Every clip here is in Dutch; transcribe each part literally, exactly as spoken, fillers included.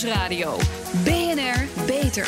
Nieuwsradio. B N R Beter.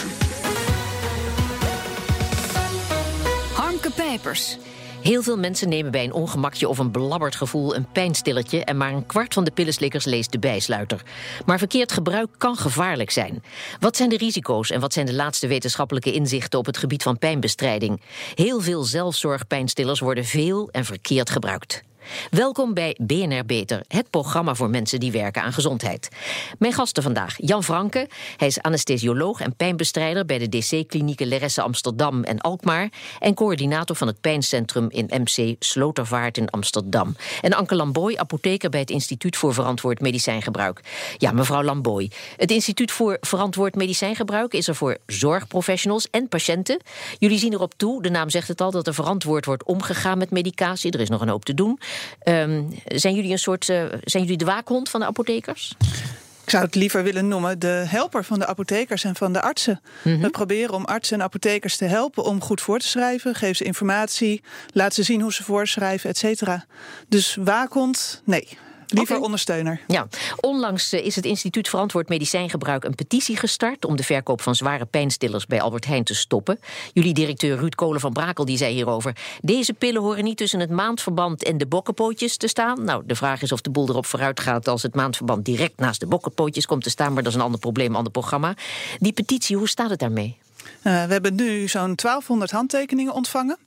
Harmke Pijpers. Heel veel mensen nemen bij een ongemakje of een belabberd gevoel een pijnstilletje en maar een kwart van de pillenslikkers leest de bijsluiter. Maar verkeerd gebruik kan gevaarlijk zijn. Wat zijn de risico's en wat zijn de laatste wetenschappelijke inzichten op het gebied van pijnbestrijding? Heel veel zelfzorgpijnstillers worden veel en verkeerd gebruikt. Welkom bij B N R Beter, het programma voor mensen die werken aan gezondheid. Mijn gasten vandaag, Jan Franke. Hij is anesthesioloog en pijnbestrijder bij de D C-klinieken Leresse Amsterdam en Alkmaar en coördinator van het pijncentrum in M C Slotervaart in Amsterdam. En Anke Lamboy, apotheker bij het Instituut voor Verantwoord Medicijngebruik. Ja, mevrouw Lamboy, het Instituut voor Verantwoord Medicijngebruik is er voor zorgprofessionals en patiënten. Jullie zien erop toe, de naam zegt het al, dat er verantwoord wordt omgegaan met medicatie. Er is nog een hoop te doen. Um, zijn jullie een soort, uh, zijn jullie de waakhond van de apothekers? Ik zou het liever willen noemen de helper van de apothekers en van de artsen. Mm-hmm. We proberen om artsen en apothekers te helpen om goed voor te schrijven. Geef ze informatie, laat ze zien hoe ze voorschrijven, et cetera. Dus waakhond, nee. Liever okay. ondersteuner. Ja, onlangs is het Instituut Verantwoord Medicijngebruik een petitie gestart om de verkoop van zware pijnstillers bij Albert Heijn te stoppen. Jullie directeur Ruud Kolen van Brakel die zei hierover: deze pillen horen niet tussen het maandverband en de bokkenpootjes te staan. Nou, de vraag is of de boel erop vooruit gaat als het maandverband direct naast de bokkenpootjes komt te staan, maar dat is een ander probleem, een ander programma. Die petitie, hoe staat het daarmee? Uh, we hebben nu zo'n twaalfhonderd handtekeningen ontvangen.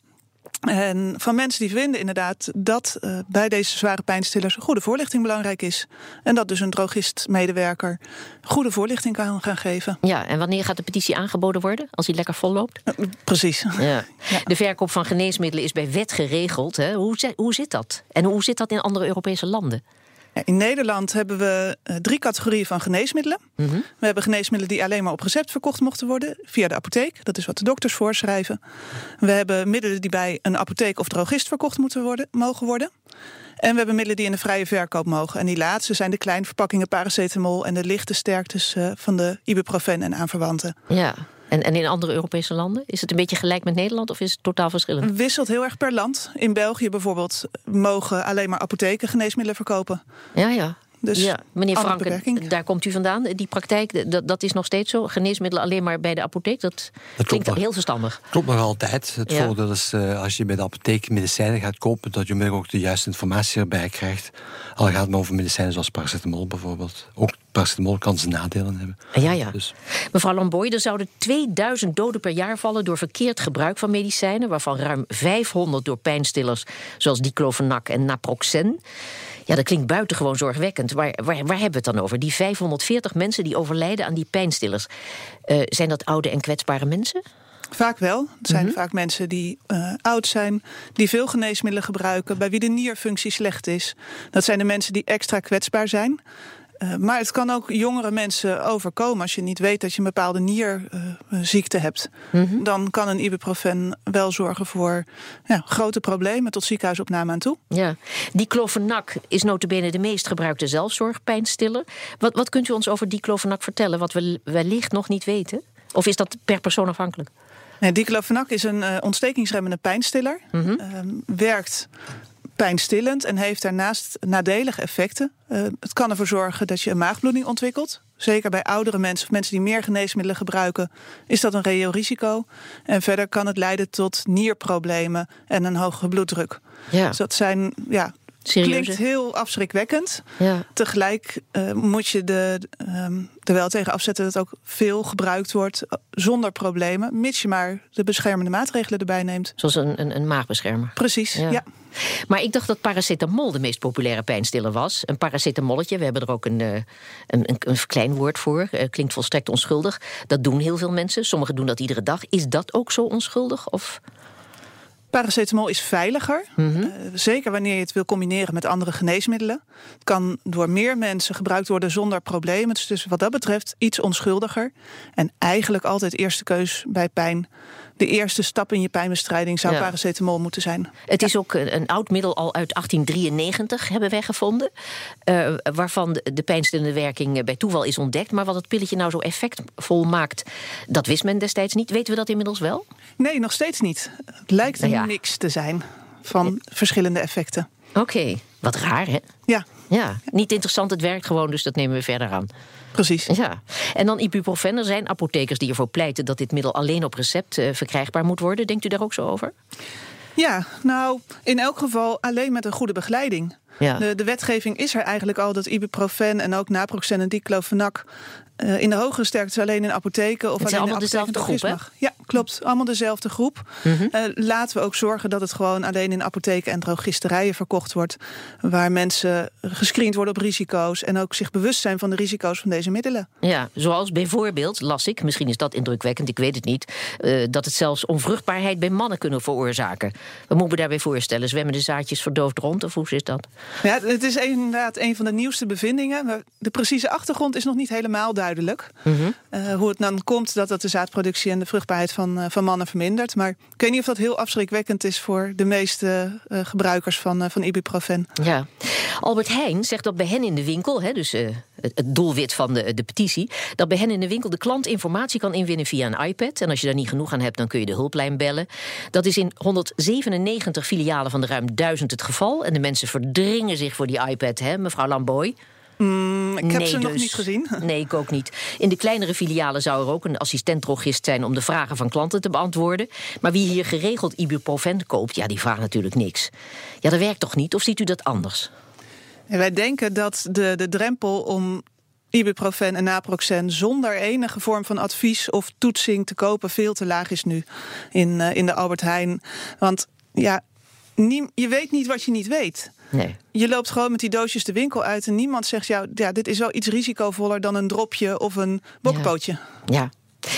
En van mensen die vinden inderdaad dat uh, bij deze zware pijnstillers goede voorlichting belangrijk is. En dat dus een drogist-medewerker goede voorlichting kan gaan geven. Ja, en wanneer gaat de petitie aangeboden worden? Als hij lekker vol loopt? Uh, precies. Ja. Ja. De verkoop van geneesmiddelen is bij wet geregeld. Hè? Hoe, hoe zit dat? En hoe zit dat in andere Europese landen? In Nederland hebben we uh, drie categorieën van geneesmiddelen. Mm-hmm. We hebben geneesmiddelen die alleen maar op recept verkocht mochten worden via de apotheek. Dat is wat de dokters voorschrijven. We hebben middelen die bij een apotheek of drogist verkocht moeten worden, mogen worden. En we hebben middelen die in de vrije verkoop mogen. En die laatste zijn de kleine verpakkingen paracetamol en de lichte sterktes uh, van de ibuprofen en aanverwanten. Ja. En, en in andere Europese landen? Is het een beetje gelijk met Nederland of is het totaal verschillend? Het wisselt heel erg per land. In België bijvoorbeeld mogen alleen maar apotheken geneesmiddelen verkopen. Ja, ja. Dus ja, meneer Franke, daar komt u vandaan. Die praktijk, dat, dat is nog steeds zo. Geneesmiddelen alleen maar bij de apotheek. Dat, dat klinkt nog heel verstandig. Klopt nog altijd. Het ja. voordeel is uh, als je bij de apotheek medicijnen gaat kopen, dat je onmiddellijk ook de juiste informatie erbij krijgt. Al gaat het maar over medicijnen zoals paracetamol bijvoorbeeld. Ook paracetamol kan zijn nadelen hebben. Ja, ja. Dus. Mevrouw Lamboy, er zouden tweeduizend doden per jaar vallen door verkeerd gebruik van medicijnen, waarvan ruim vijfhonderd door pijnstillers zoals diclofenac en naproxen. Ja, dat klinkt buitengewoon zorgwekkend. Waar, waar, waar hebben we het dan over? Die vijfhonderdveertig mensen die overlijden aan die pijnstillers. Uh, zijn dat oude en kwetsbare mensen? Vaak wel. Het zijn Mm-hmm. vaak mensen die uh, oud zijn, die veel geneesmiddelen gebruiken, bij wie de nierfunctie slecht is. Dat zijn de mensen die extra kwetsbaar zijn. Uh, maar het kan ook jongere mensen overkomen. Als je niet weet dat je een bepaalde nierziekte uh, hebt, mm-hmm. dan kan een ibuprofen wel zorgen voor ja, grote problemen tot ziekenhuisopname aan toe. Ja, diclofenac is nota bene de meest gebruikte zelfzorgpijnstiller. Wat, wat kunt u ons over diclofenac vertellen, wat we wellicht nog niet weten? Of is dat per persoon afhankelijk? Nee, diclofenac is een uh, ontstekingsremmende pijnstiller. Mm-hmm. Uh, werkt pijnstillend en heeft daarnaast nadelige effecten. Uh, het kan ervoor zorgen dat je een maagbloeding ontwikkelt. Zeker bij oudere mensen of mensen die meer geneesmiddelen gebruiken, is dat een reëel risico. En verder kan het leiden tot nierproblemen en een hoge bloeddruk. Ja. Dus dat zijn, ja, Serieus, klinkt heel afschrikwekkend. Ja. Tegelijk uh, moet je de, um, er wel tegen afzetten dat ook veel gebruikt wordt zonder problemen, mits je maar de beschermende maatregelen erbij neemt. Zoals een, een, een maagbeschermer. Precies, ja. ja. Maar ik dacht dat paracetamol de meest populaire pijnstiller was. Een paracetamolletje, we hebben er ook een, een, een, een verkleinwoord voor. Uh, klinkt volstrekt onschuldig. Dat doen heel veel mensen. Sommigen doen dat iedere dag. Is dat ook zo onschuldig? Of... Paracetamol is veiliger, mm-hmm. uh, zeker wanneer je het wil combineren met andere geneesmiddelen. Het kan door meer mensen gebruikt worden zonder problemen. Het is dus wat dat betreft iets onschuldiger. En eigenlijk altijd eerste keus bij pijn. De eerste stap in je pijnbestrijding zou ja. paracetamol moeten zijn. Het ja. is ook een, een oud middel al uit achttien drieënnegentig, hebben wij gevonden. Uh, waarvan de, de pijnstillende werking bij toeval is ontdekt. Maar wat het pilletje nou zo effectvol maakt, dat wist men destijds niet. Weten we dat inmiddels wel? Nee, nog steeds niet. Het lijkt een nou ja. mix te zijn van ja. verschillende effecten. Oké, okay. Wat raar, hè? Ja. Ja, niet interessant, het werkt gewoon, dus dat nemen we verder aan. Precies. Ja. En dan ibuprofen. Er zijn apothekers die ervoor pleiten dat dit middel alleen op recept uh, verkrijgbaar moet worden. Denkt u daar ook zo over? Ja, nou, in elk geval alleen met een goede begeleiding. Ja. De, de wetgeving is er eigenlijk al dat ibuprofen en ook naproxen en diclofenac uh, in de hogere sterkte alleen in apotheken of het alleen allemaal in de dezelfde groep, hè? mag. Ja, klopt. Allemaal dezelfde groep. Mm-hmm. Uh, laten we ook zorgen dat het gewoon alleen in apotheken en drogisterijen verkocht wordt, waar mensen gescreend worden op risico's en ook zich bewust zijn van de risico's van deze middelen. Ja, zoals bijvoorbeeld, las ik, misschien is dat indrukwekkend, ik weet het niet, uh, dat het zelfs onvruchtbaarheid bij mannen kunnen veroorzaken. Wat moeten we daarbij voorstellen? Zwemmen de zaadjes verdoofd rond, of hoe is dat? Ja, het is inderdaad een van de nieuwste bevindingen. Maar de precieze achtergrond is nog niet helemaal duidelijk. Mm-hmm. Uh, hoe het dan komt dat dat de zaadproductie en de vruchtbaarheid van, uh, van mannen vermindert. Maar ik weet niet of dat heel afschrikwekkend is voor de meeste uh, gebruikers van, uh, van ibuprofen. Ja. Albert Heijn zegt dat bij hen in de winkel, hè, dus uh, het, het doelwit van de, de petitie, dat bij hen in de winkel de klant informatie kan inwinnen via een iPad. En als je daar niet genoeg aan hebt, dan kun je de hulplijn bellen. Dat is in honderdzevenennegentig filialen van de ruim duizend het geval. En de mensen verdringen zich voor die iPad, hè, mevrouw Lamboy? Mm, ik heb nee, ze dus. nog niet gezien. Nee, ik ook niet. In de kleinere filialen zou er ook een assistent-drogist zijn om de vragen van klanten te beantwoorden. Maar wie hier geregeld ibuprofen koopt, ja, die vraagt natuurlijk niks. Ja, dat werkt toch niet? Of ziet u dat anders? En wij denken dat de, de drempel om ibuprofen en naproxen zonder enige vorm van advies of toetsing te kopen veel te laag is nu in, uh, in de Albert Heijn. Want ja, nie, je weet niet wat je niet weet. Nee. Je loopt gewoon met die doosjes de winkel uit en niemand zegt jou, ja, dit is wel iets risicovoller dan een dropje of een bokpootje. Ja. ja.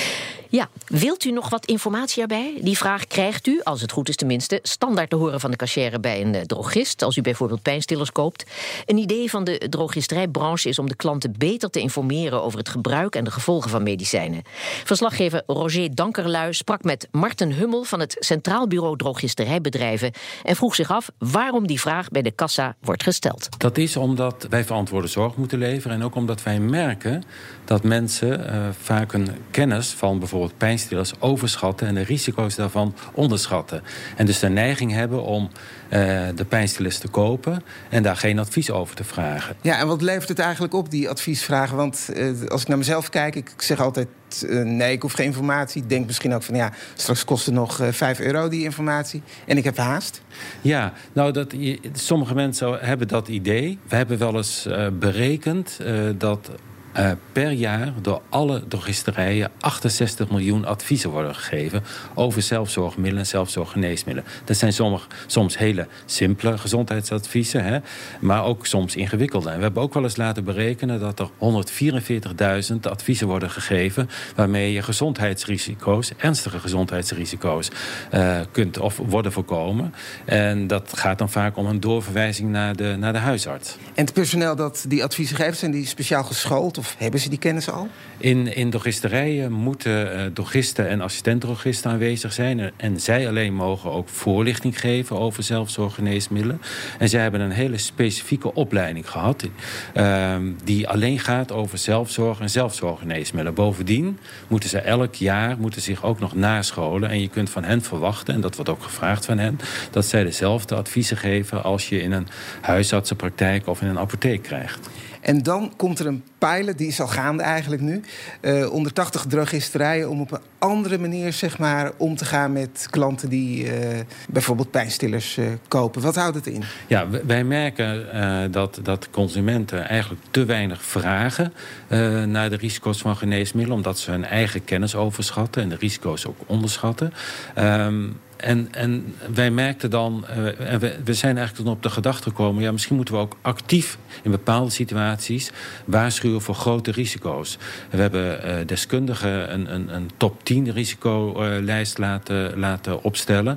Ja, wilt u nog wat informatie erbij? Die vraag krijgt u, als het goed is tenminste, standaard te horen van de cashier bij een uh, drogist, als u bijvoorbeeld pijnstillers koopt. Een idee van de drogisterijbranche is om de klanten beter te informeren over het gebruik en de gevolgen van medicijnen. Verslaggever Roger Dankerlui sprak met Marten Hummel van het Centraal Bureau Drogisterijbedrijven en vroeg zich af waarom die vraag bij de kassa wordt gesteld. Dat is omdat wij verantwoorde zorg moeten leveren en ook omdat wij merken dat mensen uh, vaak een kennis van bijvoorbeeld pijnstillers overschatten en de risico's daarvan onderschatten. En dus de neiging hebben om uh, de pijnstillers te kopen en daar geen advies over te vragen. Ja, en wat levert het eigenlijk op, die adviesvragen? Want uh, als ik naar mezelf kijk, ik zeg altijd uh, nee, ik hoef geen informatie. Ik denk misschien ook van ja, straks kost het nog uh, vijf euro die informatie. En ik heb haast. Ja, nou, dat, sommige mensen hebben dat idee. We hebben wel eens uh, berekend uh, dat Uh, per jaar door alle drogisterijen achtenzestig miljoen adviezen worden gegeven over zelfzorgmiddelen en zelfzorggeneesmiddelen. Dat zijn sommige, soms hele simpele gezondheidsadviezen, hè, maar ook soms ingewikkelde. En we hebben ook wel eens laten berekenen dat er honderdvierenveertigduizend adviezen worden gegeven waarmee je gezondheidsrisico's, ernstige gezondheidsrisico's, uh, kunt of worden voorkomen. En dat gaat dan vaak om een doorverwijzing naar de, naar de huisarts. En het personeel dat die adviezen geeft, zijn die speciaal geschoold? Of hebben ze die kennis al? In, in drogisterijen moeten uh, drogisten en assistent-drogisten aanwezig zijn. En, en zij alleen mogen ook voorlichting geven over zelfzorggeneesmiddelen. En zij hebben een hele specifieke opleiding gehad Uh, die alleen gaat over zelfzorg en zelfzorggeneesmiddelen. Bovendien moeten ze elk jaar moeten zich ook nog nascholen. En je kunt van hen verwachten, en dat wordt ook gevraagd van hen, dat zij dezelfde adviezen geven als je in een huisartsenpraktijk of in een apotheek krijgt. En dan komt er een pilot, die is al gaande eigenlijk nu, Uh, onder tachtig drogisterijen om op een andere manier zeg maar, om te gaan met klanten die uh, bijvoorbeeld pijnstillers uh, kopen. Wat houdt het in? Ja, wij merken uh, dat, dat consumenten eigenlijk te weinig vragen uh, naar de risico's van geneesmiddelen, omdat ze hun eigen kennis overschatten en de risico's ook onderschatten. Um, En, en wij merkten dan, uh, en we, we zijn eigenlijk dan op de gedachte gekomen, ja, misschien moeten we ook actief in bepaalde situaties waarschuwen voor grote risico's. We hebben uh, deskundigen een, een, een top tien risicolijst laten, laten opstellen.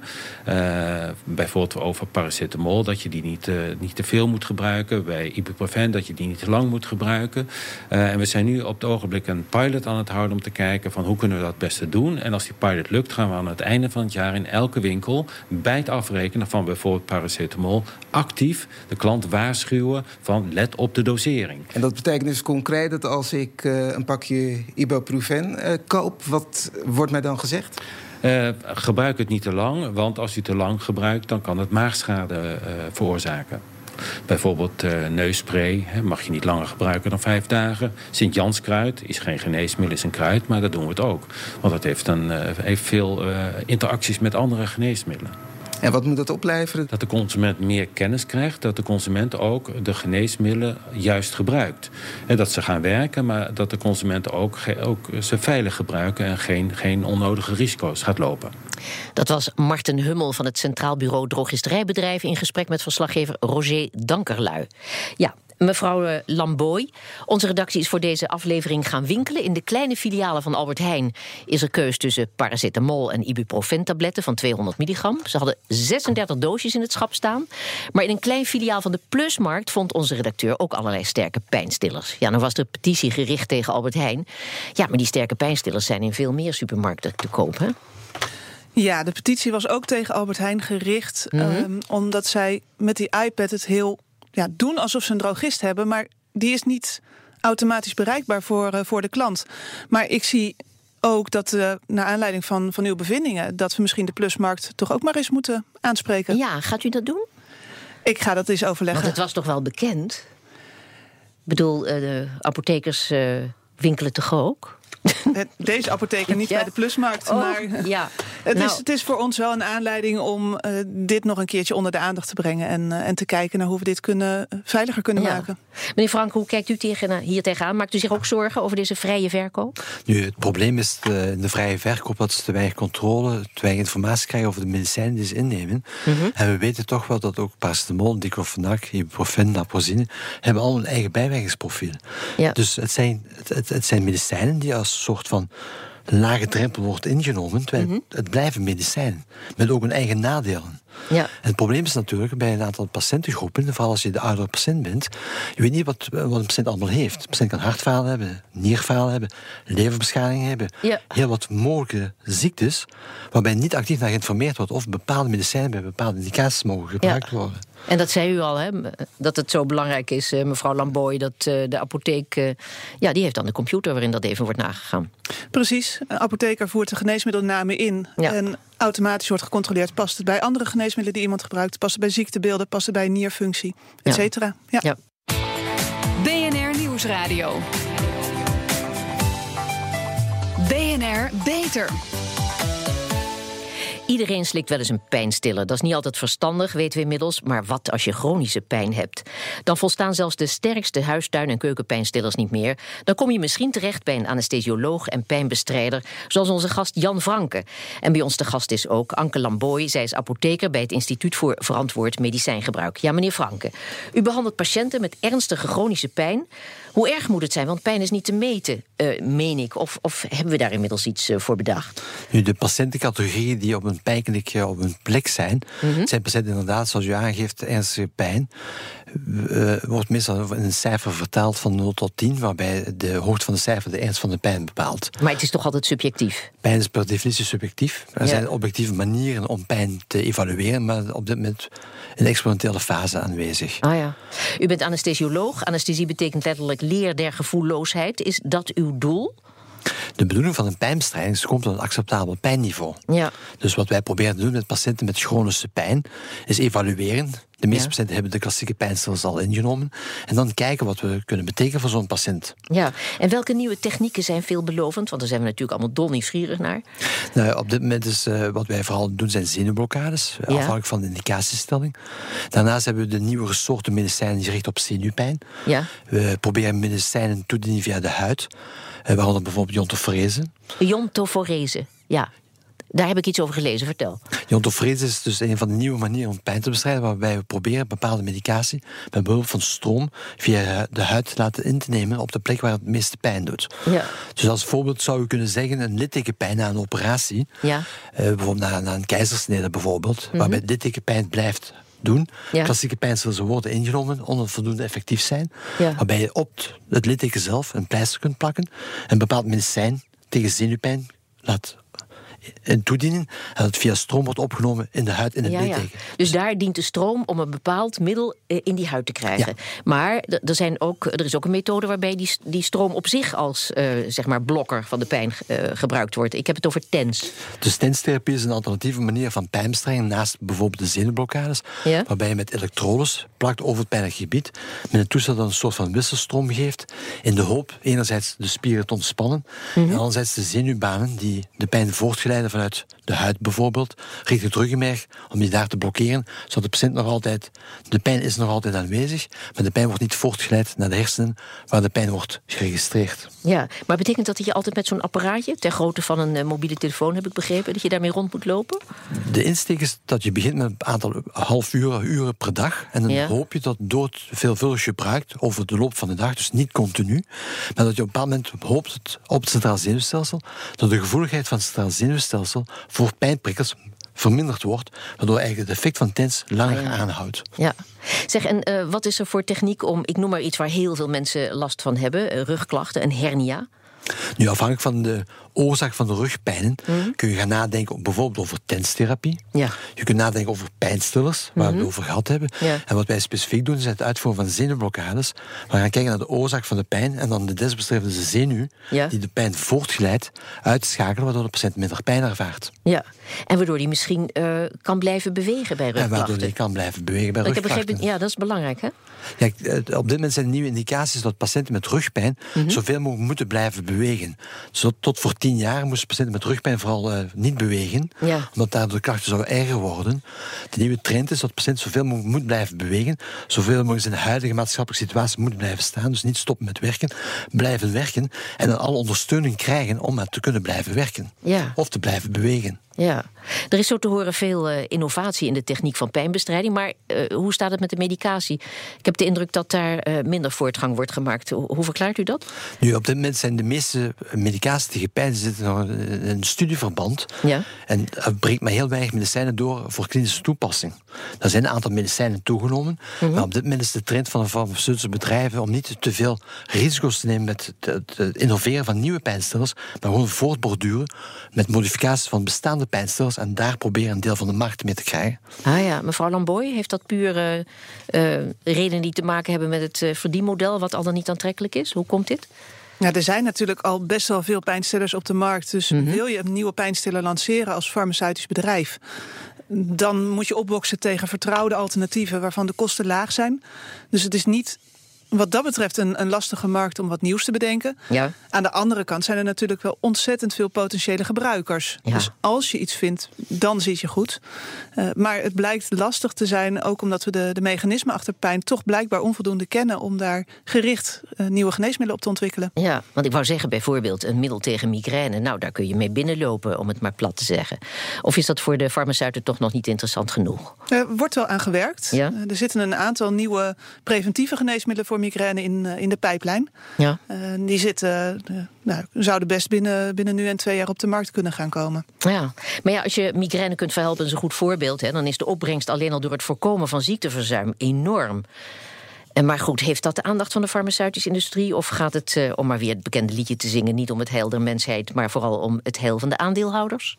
Uh, bijvoorbeeld over paracetamol, dat je die niet, uh, niet te veel moet gebruiken. Bij ibuprofen, dat je die niet te lang moet gebruiken. Uh, en we zijn nu op het ogenblik een pilot aan het houden om te kijken van hoe kunnen we dat het beste doen. En als die pilot lukt, gaan we aan het einde van het jaar in elke winkel bij het afrekenen van bijvoorbeeld paracetamol actief de klant waarschuwen van let op de dosering. En dat betekent dus concreet dat als ik uh, een pakje ibuprofen uh, koop, wat wordt mij dan gezegd? Uh, gebruik het niet te lang, want als u te lang gebruikt, dan kan het maagschade uh, veroorzaken. Bijvoorbeeld uh, neusspray hè, mag je niet langer gebruiken dan vijf dagen. Sint-Janskruid is geen geneesmiddel, is een kruid, maar dat doen we het ook. Want dat heeft, een, uh, heeft veel uh, interacties met andere geneesmiddelen. En wat moet dat opleveren? Dat de consument meer kennis krijgt, dat de consument ook de geneesmiddelen juist gebruikt. En dat ze gaan werken, maar dat de consument ook, ook ze veilig gebruiken en geen, geen onnodige risico's gaat lopen. Dat was Marten Hummel van het Centraal Bureau Drogisterijbedrijven in gesprek met verslaggever Roger Dankerlui. Ja. Mevrouw Lamboy, onze redactie is voor deze aflevering gaan winkelen. In de kleine filialen van Albert Heijn is er keus tussen paracetamol en ibuprofen-tabletten van tweehonderd milligram. Ze hadden zesendertig doosjes in het schap staan. Maar in een klein filiaal van de Plusmarkt vond onze redacteur ook allerlei sterke pijnstillers. Ja, nou was er petitie gericht tegen Albert Heijn. Ja, maar die sterke pijnstillers zijn in veel meer supermarkten te koop, hè? Ja, de petitie was ook tegen Albert Heijn gericht. Mm-hmm. um, omdat zij met die iPad het heel... Ja, doen alsof ze een drogist hebben, maar die is niet automatisch bereikbaar voor, uh, voor de klant. Maar ik zie ook dat, uh, naar aanleiding van, van uw bevindingen, dat we misschien de Plusmarkt toch ook maar eens moeten aanspreken. Ja, gaat u dat doen? Ik ga dat eens overleggen. Want het was toch wel bekend? Ik bedoel, uh, de apothekers uh, winkelen toch ook? Deze apotheker niet ja. bij de Plusmarkt. Oh, maar ja. het, nou. is, het is voor ons wel een aanleiding om uh, dit nog een keertje onder de aandacht te brengen. En, uh, en te kijken naar hoe we dit kunnen, uh, veiliger kunnen ja. maken. Meneer Frank, hoe kijkt u tegen, hier tegenaan? Maakt u zich ook zorgen over deze vrije verkoop? Nu, het probleem is de, de vrije verkoop dat ze te weinig controle, te weinig informatie krijgen over de medicijnen die ze innemen. Mm-hmm. En we weten toch wel dat ook paracetamol, diclofenac, ibuprofen, naproxine hebben allemaal een eigen bijwerkingsprofiel. Ja. Dus het zijn, het, het, het zijn medicijnen die als soort van lage drempel wordt ingenomen, terwijl mm-hmm. het blijven medicijnen, met ook een eigen nadelen. Ja. En het probleem is natuurlijk bij een aantal patiëntengroepen, vooral als je de oudere patiënt bent, je weet niet wat, wat een patiënt allemaal heeft. De patiënt kan hartfalen hebben, nierfalen hebben, leverbeschadiging hebben, ja. heel wat mogelijke ziektes, waarbij niet actief naar geïnformeerd wordt of bepaalde medicijnen bij bepaalde indicaties mogen gebruikt ja. worden. En dat zei u al, hè, dat het zo belangrijk is, mevrouw Lamboy, dat de apotheek, ja, die heeft dan de computer waarin dat even wordt nagegaan. Precies. Een apotheker voert de geneesmiddelnamen in ja. en automatisch wordt gecontroleerd. Past het bij andere geneesmiddelen die iemand gebruikt? Past het bij ziektebeelden? Past het bij nierfunctie? Et cetera. Ja. Ja. B N R Nieuwsradio. B N R Beter. Iedereen slikt wel eens een pijnstiller. Dat is niet altijd verstandig, weten we inmiddels. Maar wat als je chronische pijn hebt? Dan volstaan zelfs de sterkste huistuin- en keukenpijnstillers niet meer. Dan kom je misschien terecht bij een anesthesioloog en pijnbestrijder, zoals onze gast Jan Franke. En bij ons te gast is ook Anke Lamboy. Zij is apotheker bij het Instituut voor Verantwoord Medicijngebruik. Ja, meneer Franke, u behandelt patiënten met ernstige chronische pijn. Hoe erg moet het zijn? Want pijn is niet te meten, uh, meen ik. Of, of hebben we daar inmiddels iets uh, voor bedacht? Nu, de patiëntencategorieën die op een pijnkliniek op een plek zijn, mm-hmm. zijn patiënten inderdaad, zoals u aangeeft, ernstige pijn. Uh, wordt meestal in een cijfer vertaald van nul tot tien, waarbij de hoogte van de cijfer de ernst van de pijn bepaalt. Maar het is toch altijd subjectief? Pijn is per definitie subjectief. Er ja. zijn objectieve manieren om pijn te evalueren, maar op dit moment een exponentiële fase aanwezig. Ah ja. U bent anesthesioloog. Anesthesie betekent letterlijk leer der gevoelloosheid. Is dat uw doel? De bedoeling van een pijnbestrijding is te komen tot een acceptabel pijnniveau. Ja. Dus wat wij proberen te doen met patiënten met chronische pijn, is evalueren. De meeste ja. patiënten hebben de klassieke pijnstillers al ingenomen. En dan kijken wat we kunnen betekenen voor zo'n patiënt. Ja, en welke nieuwe technieken zijn veelbelovend? Want daar zijn we natuurlijk allemaal dolnieuwsgierig naar. Nou, op dit moment is uh, wat wij vooral doen zijn zenuwblokkades, ja. afhankelijk van de indicatiestelling. Daarnaast hebben we de nieuwere soorten medicijnen die gericht op zenuwpijn. Ja. We proberen medicijnen toe te dienen via de huid. Uh, waaronder bijvoorbeeld jontoforese. Jontoforese, ja. Daar heb ik iets over gelezen, vertel. Jontoforese is dus een van de nieuwe manieren om pijn te bestrijden, waarbij we proberen bepaalde medicatie met behulp van stroom via de huid te laten in te nemen op de plek waar het meeste pijn doet. Ja. Dus als voorbeeld zou je kunnen zeggen een littekenpijn na een operatie, ja. uh, bijvoorbeeld na, na een keizersnede bijvoorbeeld, mm-hmm. waarbij littekenpijn blijft doen. Ja. Klassieke pijnstillers worden ingenomen, onvoldoende effectief zijn, ja. waarbij je op het litteken zelf een pleister kunt plakken en een bepaald medicijn tegen zenuwpijn laat in toedienen en dat het via stroom wordt opgenomen in de huid, in het ja, litteken. Ja. Dus daar dient de stroom om een bepaald middel in die huid te krijgen. Ja. Maar er, zijn ook, er is ook een methode waarbij die, die stroom op zich als uh, zeg maar blokker van de pijn uh, gebruikt wordt. Ik heb het over TENS. Dus TENS-therapie is een alternatieve manier van pijnbestrijding naast bijvoorbeeld de zenuwblokkades, ja. waarbij je met elektrodes plakt over het pijnlijk gebied, met een toestel dat een soort van wisselstroom geeft, in de hoop enerzijds de spieren te ontspannen, mm-hmm. en anderzijds de zenuwbanen die de pijn voortgeleiden vanuit de huid bijvoorbeeld, richting het ruggenmerg, om die daar te blokkeren, zodat de patiënt nog altijd, de pijn is nog altijd aanwezig, maar de pijn wordt niet voortgeleid naar de hersenen, waar de pijn wordt geregistreerd. Ja, maar betekent dat dat je altijd met zo'n apparaatje, ter grootte van een uh, mobiele telefoon, heb ik begrepen, dat je daarmee rond moet lopen? De insteek is dat je begint met een aantal half uren, uren per dag, en dan ja. hoop je dat door het veelvuldig gebruikt over de loop van de dag, dus niet continu, maar dat je op een bepaald moment hoopt het op het centraal zenuwstelsel, dat de gevoeligheid van het centraal zenuwstelsel voor pijnprikkels verminderd wordt, waardoor eigenlijk het effect van TENS langer ah, ja. aanhoudt. Ja. Zeg, en uh, wat is er voor techniek om, ik noem maar iets waar heel veel mensen last van hebben, uh, rugklachten, een hernia? Nu, afhankelijk van de oorzaak van de rugpijnen, mm-hmm. kun je gaan nadenken bijvoorbeeld over TENS-therapie. Ja. Je kunt nadenken over pijnstillers, waar mm-hmm. we het over gehad hebben. Ja. En wat wij specifiek doen, is het uitvoeren van zenuwblokkades. We gaan kijken naar de oorzaak van de pijn en dan de desbetreffende zenuw ja. die de pijn voortgeleidt uitschakelen, waardoor de patiënt minder pijn ervaart. Ja, en waardoor die misschien uh, kan blijven bewegen bij rugklachten. En waardoor die kan blijven bewegen bij ik rugklachten. Heb begrepen, ja, dat is belangrijk, hè? Ja, op dit moment zijn er nieuwe indicaties dat patiënten met rugpijn mm-hmm. zoveel mogelijk moeten blijven bewegen. Zo, tot voor tien jaar moesten patiënten met rugpijn vooral uh, niet bewegen, ja. omdat daardoor de klachten zouden erger worden. De nieuwe trend is dat patiënt zoveel mogelijk moet blijven bewegen, zoveel mogelijk in de huidige maatschappelijke situatie moet blijven staan, dus niet stoppen met werken, blijven werken en dan alle ondersteuning krijgen om maar te kunnen blijven werken. Ja. Of te blijven bewegen. Ja, er is zo te horen veel uh, innovatie in de techniek van pijnbestrijding, maar uh, hoe staat het met de medicatie? Ik heb de indruk dat daar uh, minder voortgang wordt gemaakt. Hoe, hoe verklaart u dat? Nu, op dit moment zijn de meeste medicatie tegen pijn zitten nog in een studieverband. Ja. En er breekt maar heel weinig medicijnen door voor klinische toepassing. Er zijn een aantal medicijnen toegenomen, mm-hmm. maar op dit moment is de trend van de farmaceutische bedrijven om niet te veel risico's te nemen met het, het innoveren van nieuwe pijnstillers, maar gewoon voortborduren met modificaties van bestaande pijnstillers en daar proberen een deel van de markt mee te krijgen. Ah ja, mevrouw Lamboy, heeft dat puur uh, uh, redenen die te maken hebben met het uh, verdienmodel wat al dan niet aantrekkelijk is? Hoe komt dit? Ja, er zijn natuurlijk al best wel veel pijnstillers op de markt. Dus mm-hmm. wil je een nieuwe pijnstiller lanceren als farmaceutisch bedrijf, dan moet je opboksen tegen vertrouwde alternatieven waarvan de kosten laag zijn. Dus het is niet wat dat betreft een, een lastige markt om wat nieuws te bedenken. Ja. Aan de andere kant zijn er natuurlijk wel ontzettend veel potentiële gebruikers. Ja. Dus als je iets vindt, dan zit je goed. Uh, maar het blijkt lastig te zijn, ook omdat we de, de mechanismen achter pijn toch blijkbaar onvoldoende kennen om daar gericht uh, nieuwe geneesmiddelen op te ontwikkelen. Ja, want ik wou zeggen bijvoorbeeld een middel tegen migraine. Nou, daar kun je mee binnenlopen, om het maar plat te zeggen. Of is dat voor de farmaceuten toch nog niet interessant genoeg? Er wordt wel aan gewerkt. Ja? Uh, er zitten een aantal nieuwe preventieve geneesmiddelen voor migraine in, in de pijplijn. Ja. Uh, die zitten, uh, nou, zouden best binnen, binnen nu en twee jaar op de markt kunnen gaan komen. Ja, maar ja, als je migraine kunt verhelpen, dat is een goed voorbeeld, hè, dan is de opbrengst alleen al door het voorkomen van ziekteverzuim enorm. En maar goed, heeft dat de aandacht van de farmaceutische industrie? Of gaat het, uh, om maar weer het bekende liedje te zingen, niet om het heil der mensheid, maar vooral om het heil van de aandeelhouders?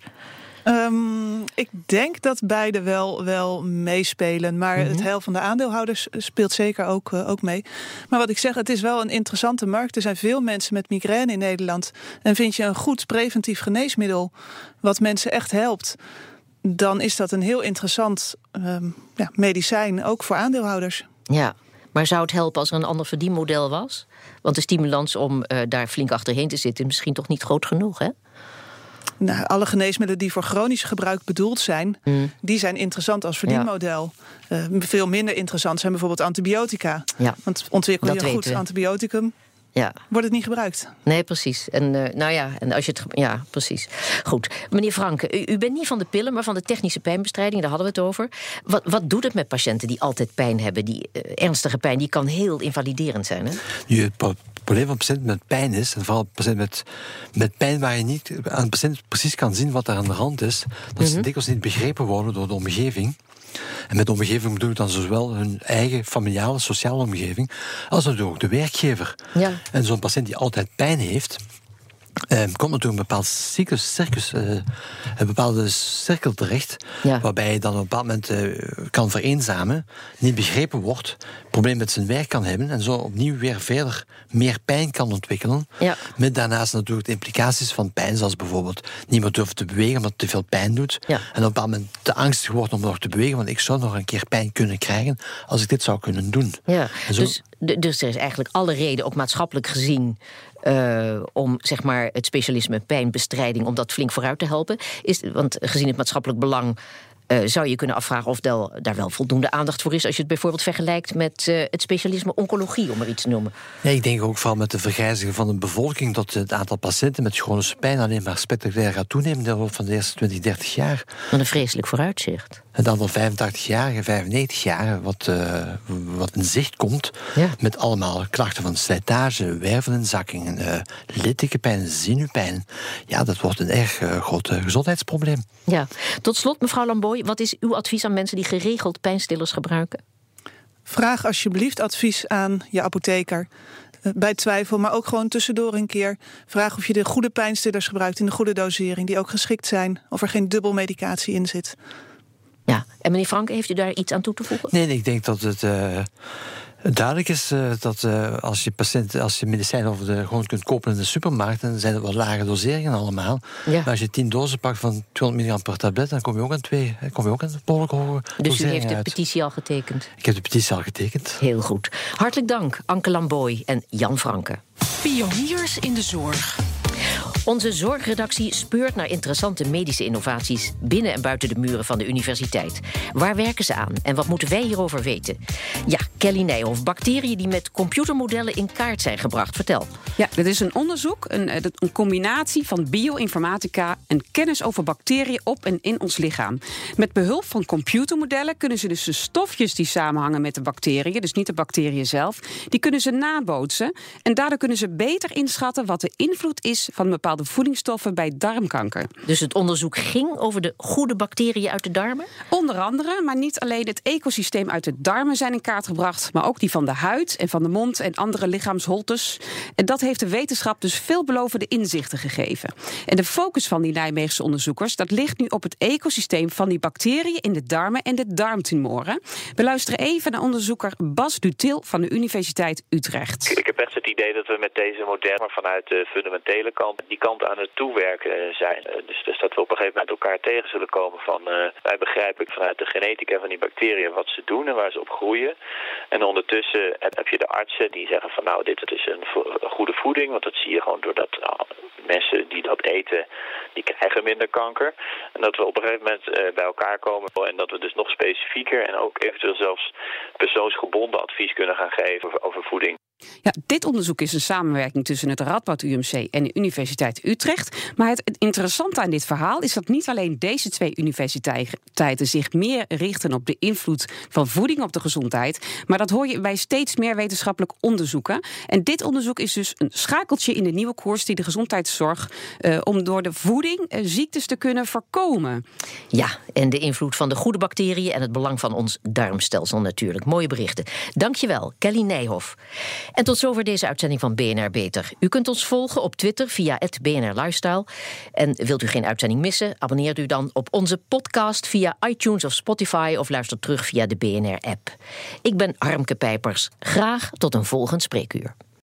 Um, ik denk dat beide wel, wel meespelen. Maar mm-hmm. het heil van de aandeelhouders speelt zeker ook, uh, ook mee. Maar wat ik zeg, het is wel een interessante markt. Er zijn veel mensen met migraine in Nederland. En vind je een goed preventief geneesmiddel wat mensen echt helpt, dan is dat een heel interessant um, ja, medicijn, ook voor aandeelhouders. Ja. Maar zou het helpen als er een ander verdienmodel was? Want de stimulans om uh, daar flink achterheen te zitten is misschien toch niet groot genoeg, hè? Nou, alle geneesmiddelen die voor chronisch gebruik bedoeld zijn, mm. die zijn interessant als verdienmodel. Ja. Uh, veel minder interessant zijn bijvoorbeeld antibiotica. Ja. Want ontwikkel je een goed antibioticum, ja, wordt het niet gebruikt. Nee, precies. En uh, nou ja, en als je het, ja, precies. Goed, meneer Franke, u, u bent niet van de pillen, maar van de technische pijnbestrijding. Daar hadden we het over. Wat, wat doet het met patiënten die altijd pijn hebben? Die uh, ernstige pijn, die kan heel invaliderend zijn, hè? Nu, het probleem van patiënten met pijn is, en vooral patiënten met, met pijn waar je niet aan de patiënt precies kan zien wat er aan de hand is, dat mm-hmm. ze dikwijls niet begrepen worden door de omgeving. En met de omgeving bedoel ik dan zowel hun eigen familiale, sociale omgeving, als natuurlijk ook de werkgever. Ja. En zo'n patiënt die altijd pijn heeft, Uh, komt natuurlijk een bepaald circus, circus uh, een bepaalde cirkel terecht, ja. waarbij je dan op een bepaald moment uh, kan vereenzamen, niet begrepen wordt, probleem met zijn werk kan hebben en zo opnieuw weer verder meer pijn kan ontwikkelen. Ja. Met daarnaast natuurlijk de implicaties van pijn, zoals bijvoorbeeld niet meer durven te bewegen omdat het te veel pijn doet. Ja. En op een bepaald moment te angstig wordt om nog te bewegen, want ik zou nog een keer pijn kunnen krijgen als ik dit zou kunnen doen. Ja. Zo... Dus, dus er is eigenlijk alle reden, ook maatschappelijk gezien, Uh, om zeg maar het specialisme pijnbestrijding, om dat flink vooruit te helpen. Is, want gezien het maatschappelijk belang Uh, zou je kunnen afvragen of del, daar wel voldoende aandacht voor is als je het bijvoorbeeld vergelijkt met uh, het specialisme oncologie, om er iets te noemen. Ja, ik denk ook vooral met de vergrijzing van de bevolking dat het aantal patiënten met chronische pijn alleen maar spectaculair gaat toenemen in de loop van de eerste twintig, dertig jaar. Wat een vreselijk vooruitzicht. Het aantal vijfentachtig-jarigen, vijfennegentig-jarigen, wat, uh, wat in zicht komt, ja. met allemaal klachten van slijtage, wervelinzakking, uh, littekenpijn, zenuwpijn. Ja, dat wordt een erg uh, groot uh, gezondheidsprobleem. Ja. Tot slot, mevrouw Lamboy, wat is uw advies aan mensen die geregeld pijnstillers gebruiken? Vraag alsjeblieft advies aan je apotheker. Uh, bij twijfel, maar ook gewoon tussendoor een keer. Vraag of je de goede pijnstillers gebruikt in de goede dosering, die ook geschikt zijn, of er geen dubbelmedicatie in zit. Ja, en meneer Franke, heeft u daar iets aan toe te voegen? Nee, nee ik denk dat het uh, duidelijk is uh, dat uh, als je patiënt, als je medicijnen over de, gewoon kunt kopen in de supermarkt, dan zijn het wel lage doseringen allemaal. Ja. Maar als je tien dozen pakt van tweehonderd milligram per tablet, dan kom je ook aan twee, kom je ook aan een behoorlijk hoge Dus u heeft de uit. petitie al getekend? Ik heb de petitie al getekend. Heel goed. Hartelijk dank, Anke Lamboy en Jan Franke. Pioniers in de zorg. Onze zorgredactie speurt naar interessante medische innovaties binnen en buiten de muren van de universiteit. Waar werken ze aan en wat moeten wij hierover weten? Ja, Kelly Nijhoff, bacteriën die met computermodellen in kaart zijn gebracht. Vertel. Ja, dit is een onderzoek, een, een combinatie van bioinformatica en kennis over bacteriën op en in ons lichaam. Met behulp van computermodellen kunnen ze dus de stofjes die samenhangen met de bacteriën, dus niet de bacteriën zelf, die kunnen ze nabootsen. En daardoor kunnen ze beter inschatten wat de invloed is van bepaalde voedingsstoffen bij darmkanker. Dus het onderzoek ging over de goede bacteriën uit de darmen? Onder andere, maar niet alleen het ecosysteem uit de darmen zijn in kaart gebracht, maar ook die van de huid en van de mond en andere lichaamsholtes. En dat heeft de wetenschap dus veelbelovende inzichten gegeven. En de focus van die Nijmeegse onderzoekers, dat ligt nu op het ecosysteem van die bacteriën in de darmen en de darmtumoren. We luisteren even naar onderzoeker Bas Dutil van de Universiteit Utrecht. Ik heb echt het idee dat we met deze modellen vanuit de fundamentele kant die kant aan het toewerken zijn. Dus, dus dat we op een gegeven moment elkaar tegen zullen komen van uh, wij begrijpen vanuit de genetica van die bacteriën wat ze doen en waar ze op groeien. En ondertussen heb je de artsen die zeggen van nou dit is een, vo- een goede voeding, want dat zie je gewoon doordat uh, mensen die dat eten, die krijgen minder kanker. En dat we op een gegeven moment uh, bij elkaar komen en dat we dus nog specifieker en ook eventueel zelfs persoonsgebonden advies kunnen gaan geven over, over voeding. Ja, dit onderzoek is een samenwerking tussen het Radboud U M C en de Universiteit Utrecht. Maar het, het interessante aan dit verhaal is dat niet alleen deze twee universiteiten zich meer richten op de invloed van voeding op de gezondheid, maar dat hoor je bij steeds meer wetenschappelijk onderzoeken. En dit onderzoek is dus een schakeltje in de nieuwe koers die de gezondheidszorg uh, om door de voeding uh, ziektes te kunnen voorkomen. Ja, en de invloed van de goede bacteriën en het belang van ons darmstelsel natuurlijk. Mooie berichten. Dankjewel, Kelly Nijhoff. En tot zover deze uitzending van B N R Beter. U kunt ons volgen op Twitter via het B N R Lifestyle. En wilt u geen uitzending missen, abonneert u dan op onze podcast via iTunes of Spotify of luister terug via de B N R-app. Ik ben Harmke Pijpers. Graag tot een volgend spreekuur.